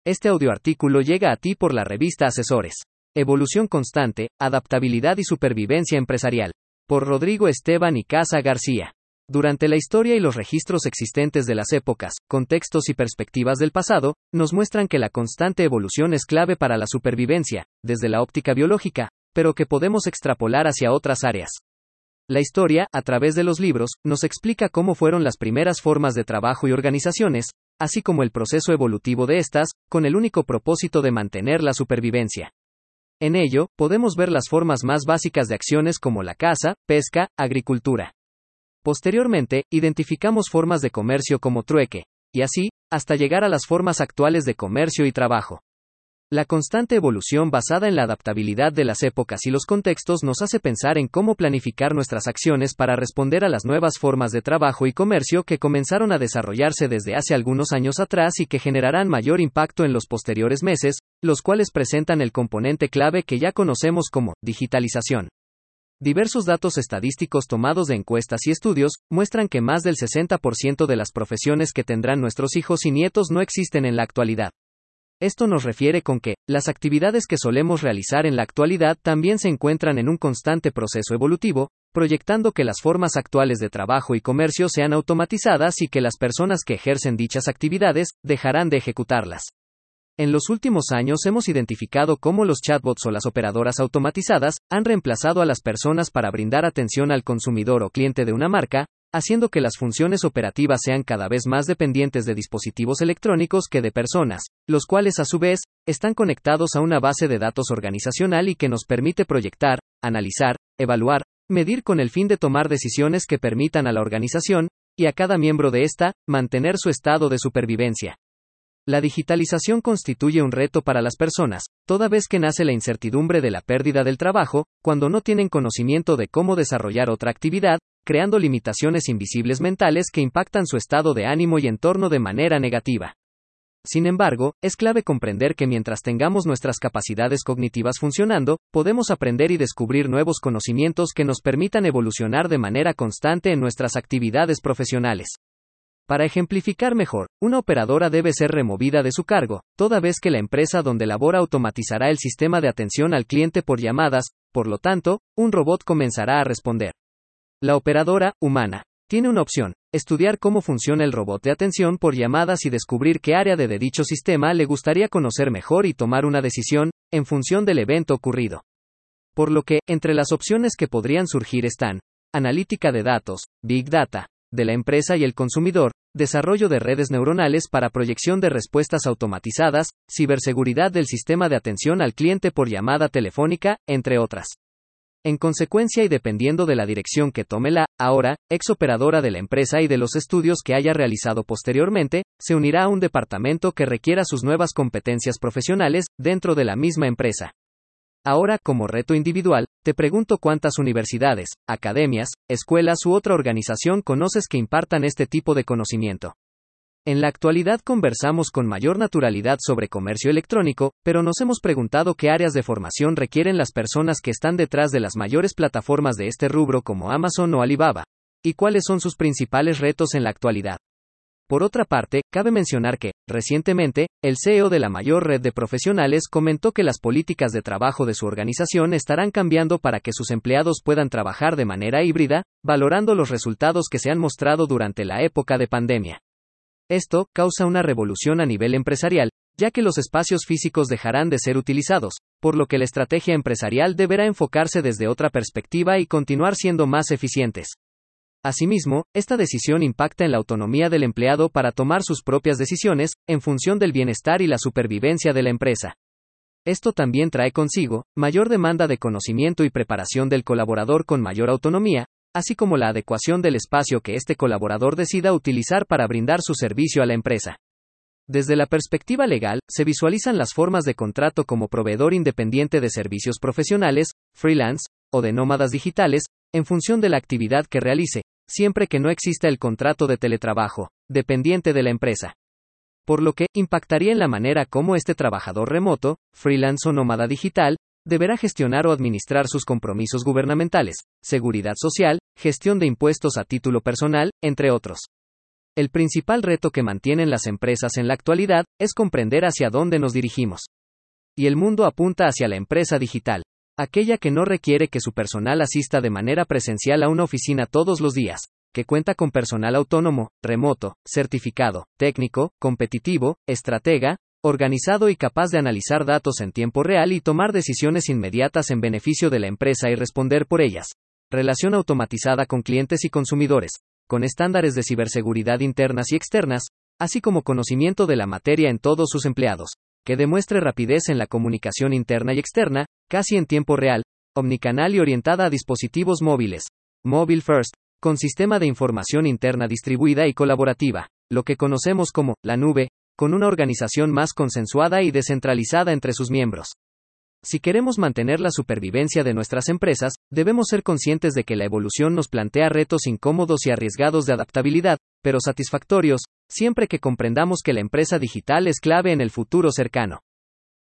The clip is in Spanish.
Este audioartículo llega a ti por la revista Asesores. Evolución constante, adaptabilidad y supervivencia empresarial. Por Rodrigo Esteban y Casa García. Durante la historia y los registros existentes de las épocas, contextos y perspectivas del pasado, nos muestran que la constante evolución es clave para la supervivencia, desde la óptica biológica, pero que podemos extrapolar hacia otras áreas. La historia, a través de los libros, nos explica cómo fueron las primeras formas de trabajo y organizaciones, así como el proceso evolutivo de estas, con el único propósito de mantener la supervivencia. En ello, podemos ver las formas más básicas de acciones como la caza, pesca, agricultura. Posteriormente, identificamos formas de comercio como trueque, y así, hasta llegar a las formas actuales de comercio y trabajo. La constante evolución basada en la adaptabilidad de las épocas y los contextos nos hace pensar en cómo planificar nuestras acciones para responder a las nuevas formas de trabajo y comercio que comenzaron a desarrollarse desde hace algunos años atrás y que generarán mayor impacto en los posteriores meses, los cuales presentan el componente clave que ya conocemos como digitalización. Diversos datos estadísticos tomados de encuestas y estudios muestran que más del 60% de las profesiones que tendrán nuestros hijos y nietos no existen en la actualidad. Esto nos refiere con que, las actividades que solemos realizar en la actualidad también se encuentran en un constante proceso evolutivo, proyectando que las formas actuales de trabajo y comercio sean automatizadas y que las personas que ejercen dichas actividades, dejarán de ejecutarlas. En los últimos años hemos identificado cómo los chatbots o las operadoras automatizadas, han reemplazado a las personas para brindar atención al consumidor o cliente de una marca, haciendo que las funciones operativas sean cada vez más dependientes de dispositivos electrónicos que de personas, los cuales a su vez, están conectados a una base de datos organizacional y que nos permite proyectar, analizar, evaluar, medir con el fin de tomar decisiones que permitan a la organización, y a cada miembro de esta, mantener su estado de supervivencia. La digitalización constituye un reto para las personas, toda vez que nace la incertidumbre de la pérdida del trabajo, cuando no tienen conocimiento de cómo desarrollar otra actividad, creando limitaciones invisibles mentales que impactan su estado de ánimo y entorno de manera negativa. Sin embargo, es clave comprender que mientras tengamos nuestras capacidades cognitivas funcionando, podemos aprender y descubrir nuevos conocimientos que nos permitan evolucionar de manera constante en nuestras actividades profesionales. Para ejemplificar mejor, una operadora debe ser removida de su cargo, toda vez que la empresa donde labora automatizará el sistema de atención al cliente por llamadas, por lo tanto, un robot comenzará a responder. La operadora, humana, tiene una opción: estudiar cómo funciona el robot de atención por llamadas y descubrir qué área de dicho sistema le gustaría conocer mejor y tomar una decisión, en función del evento ocurrido. Por lo que, entre las opciones que podrían surgir están: analítica de datos, Big Data, de la empresa y el consumidor, desarrollo de redes neuronales para proyección de respuestas automatizadas, ciberseguridad del sistema de atención al cliente por llamada telefónica, entre otras. En consecuencia y dependiendo de la dirección que tome la, ahora, ex operadora de la empresa y de los estudios que haya realizado posteriormente, se unirá a un departamento que requiera sus nuevas competencias profesionales, dentro de la misma empresa. Ahora, como reto individual, te pregunto cuántas universidades, academias, escuelas u otra organización conoces que impartan este tipo de conocimiento. En la actualidad conversamos con mayor naturalidad sobre comercio electrónico, pero nos hemos preguntado qué áreas de formación requieren las personas que están detrás de las mayores plataformas de este rubro como Amazon o Alibaba, y cuáles son sus principales retos en la actualidad. Por otra parte, cabe mencionar que, recientemente, el CEO de la mayor red de profesionales comentó que las políticas de trabajo de su organización estarán cambiando para que sus empleados puedan trabajar de manera híbrida, valorando los resultados que se han mostrado durante la época de pandemia. Esto causa una revolución a nivel empresarial, ya que los espacios físicos dejarán de ser utilizados, por lo que la estrategia empresarial deberá enfocarse desde otra perspectiva y continuar siendo más eficientes. Asimismo, esta decisión impacta en la autonomía del empleado para tomar sus propias decisiones, en función del bienestar y la supervivencia de la empresa. Esto también trae consigo mayor demanda de conocimiento y preparación del colaborador con mayor autonomía, así como la adecuación del espacio que este colaborador decida utilizar para brindar su servicio a la empresa. Desde la perspectiva legal, se visualizan las formas de contrato como proveedor independiente de servicios profesionales, freelance, o de nómadas digitales, en función de la actividad que realice, siempre que no exista el contrato de teletrabajo, dependiente de la empresa. Por lo que, impactaría en la manera como este trabajador remoto, freelance o nómada digital, deberá gestionar o administrar sus compromisos gubernamentales, seguridad social, gestión de impuestos a título personal, entre otros. El principal reto que mantienen las empresas en la actualidad es comprender hacia dónde nos dirigimos. Y el mundo apunta hacia la empresa digital, aquella que no requiere que su personal asista de manera presencial a una oficina todos los días, que cuenta con personal autónomo, remoto, certificado, técnico, competitivo, estratega, organizado y capaz de analizar datos en tiempo real y tomar decisiones inmediatas en beneficio de la empresa y responder por ellas. Relación automatizada con clientes y consumidores, con estándares de ciberseguridad internas y externas, así como conocimiento de la materia en todos sus empleados, que demuestre rapidez en la comunicación interna y externa, casi en tiempo real, omnicanal y orientada a dispositivos móviles, mobile first, con sistema de información interna distribuida y colaborativa, lo que conocemos como la nube, con una organización más consensuada y descentralizada entre sus miembros. Si queremos mantener la supervivencia de nuestras empresas, debemos ser conscientes de que la evolución nos plantea retos incómodos y arriesgados de adaptabilidad, pero satisfactorios, siempre que comprendamos que la empresa digital es clave en el futuro cercano.